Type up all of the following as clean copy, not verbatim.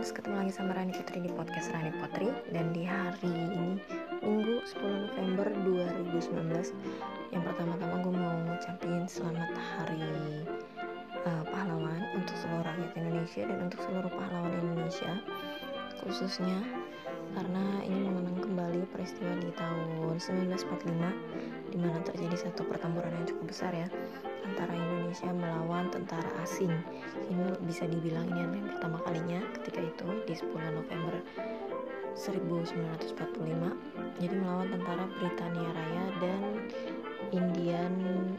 guys, ketemu lagi sama Rani Putri di podcast Rani Putri. Dan di hari ini Minggu 10 November 2019, yang pertama-tama gue mau ngucapin selamat hari pahlawan untuk seluruh rakyat Indonesia dan untuk seluruh pahlawan Indonesia, khususnya karena ini mengenang kembali peristiwa di tahun 1945 di mana terjadi satu pertempuran yang cukup besar ya antara Indonesia melawan tentara asing. Ini bisa dibilang ini yang pertama kalinya ketika itu di 10 November 1945. Jadi melawan tentara Britania Raya dan Indian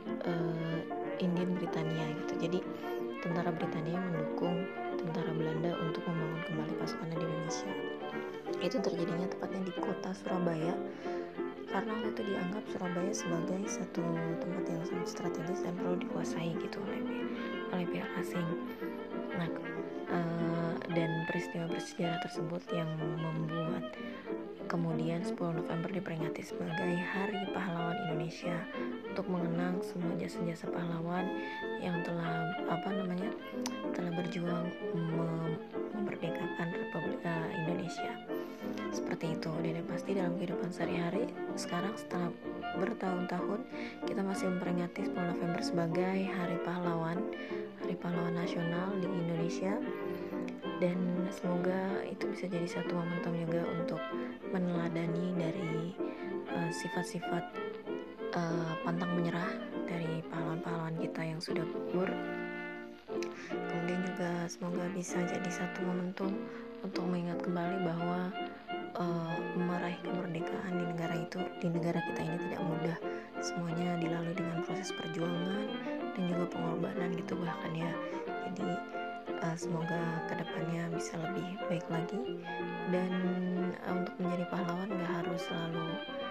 Britania gitu. Jadi tentara Britania mendukung tentara Belanda untuk membangun kembali pasukannya di Indonesia. Itu terjadinya tepatnya di kota Surabaya, karena waktu itu dianggap Surabaya sebagai satu tempat yang sangat strategis dan perlu dikuasai gitu oleh pihak asing. Nah, dan peristiwa bersejarah tersebut yang membuat kemudian 10 November diperingati sebagai Hari Pahlawan Indonesia untuk mengenang semua jasa-jasa pahlawan yang telah berjuang memerdekakan Republik Indonesia. Seperti itu. Dan yang pasti dalam kehidupan sehari-hari sekarang setelah bertahun-tahun kita masih memperingati 10 November sebagai Hari Pahlawan Nasional di Indonesia. Dan semoga itu bisa jadi satu momentum juga untuk meneladani dari sifat-sifat pantang menyerah dari pahlawan-pahlawan kita yang sudah gugur. Kemudian juga semoga bisa jadi satu momentum untuk mengingat kembali bahwa meraih kemerdekaan di negara kita ini tidak mudah. Semuanya dilalui dengan proses perjuangan dan juga pengorbanan gitu bahkan ya. Jadi semoga kedepannya bisa lebih baik lagi. Dan untuk menjadi pahlawan nggak harus selalu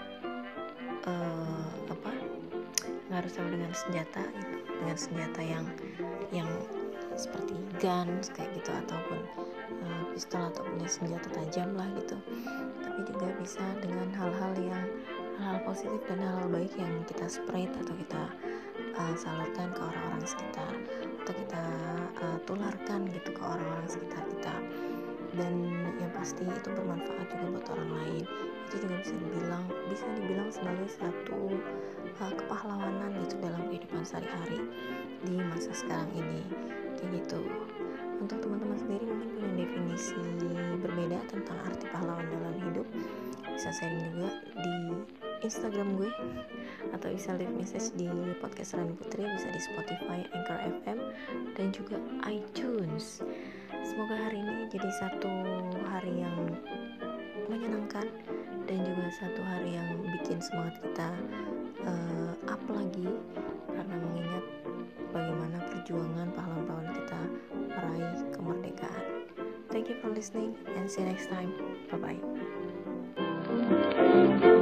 dengan senjata gitu, dengan senjata yang seperti guns kayak gitu, ataupun pistol ataupun senjata tajam lah gitu. Tapi juga bisa dengan hal-hal positif dan hal baik yang kita spread atau kita salurkan ke orang-orang sekitar, atau kita tularkan gitu ke orang-orang sekitar kita. Dan yang pasti itu bermanfaat juga buat orang lain. Itu juga bisa dibilang sebagai satu kepahlawanan gitu dalam kehidupan sehari-hari di masa sekarang ini kayak gitu. Untuk teman-teman sendiri mungkin punya definisi berbeda tentang arti pahlawan dalam hidup, bisa sharing juga di Instagram gue atau bisa leave message di podcast Rani Putri, bisa di Spotify, Anchor FM, dan juga iTunes. Semoga hari ini jadi satu hari yang menyenangkan dan juga satu hari yang bikin semangat kita up lagi, karena mengingat bagaimana perjuangan pahlawan-pahlawan kita meraih kemerdekaan. Thank you for listening and see you next time. Bye bye.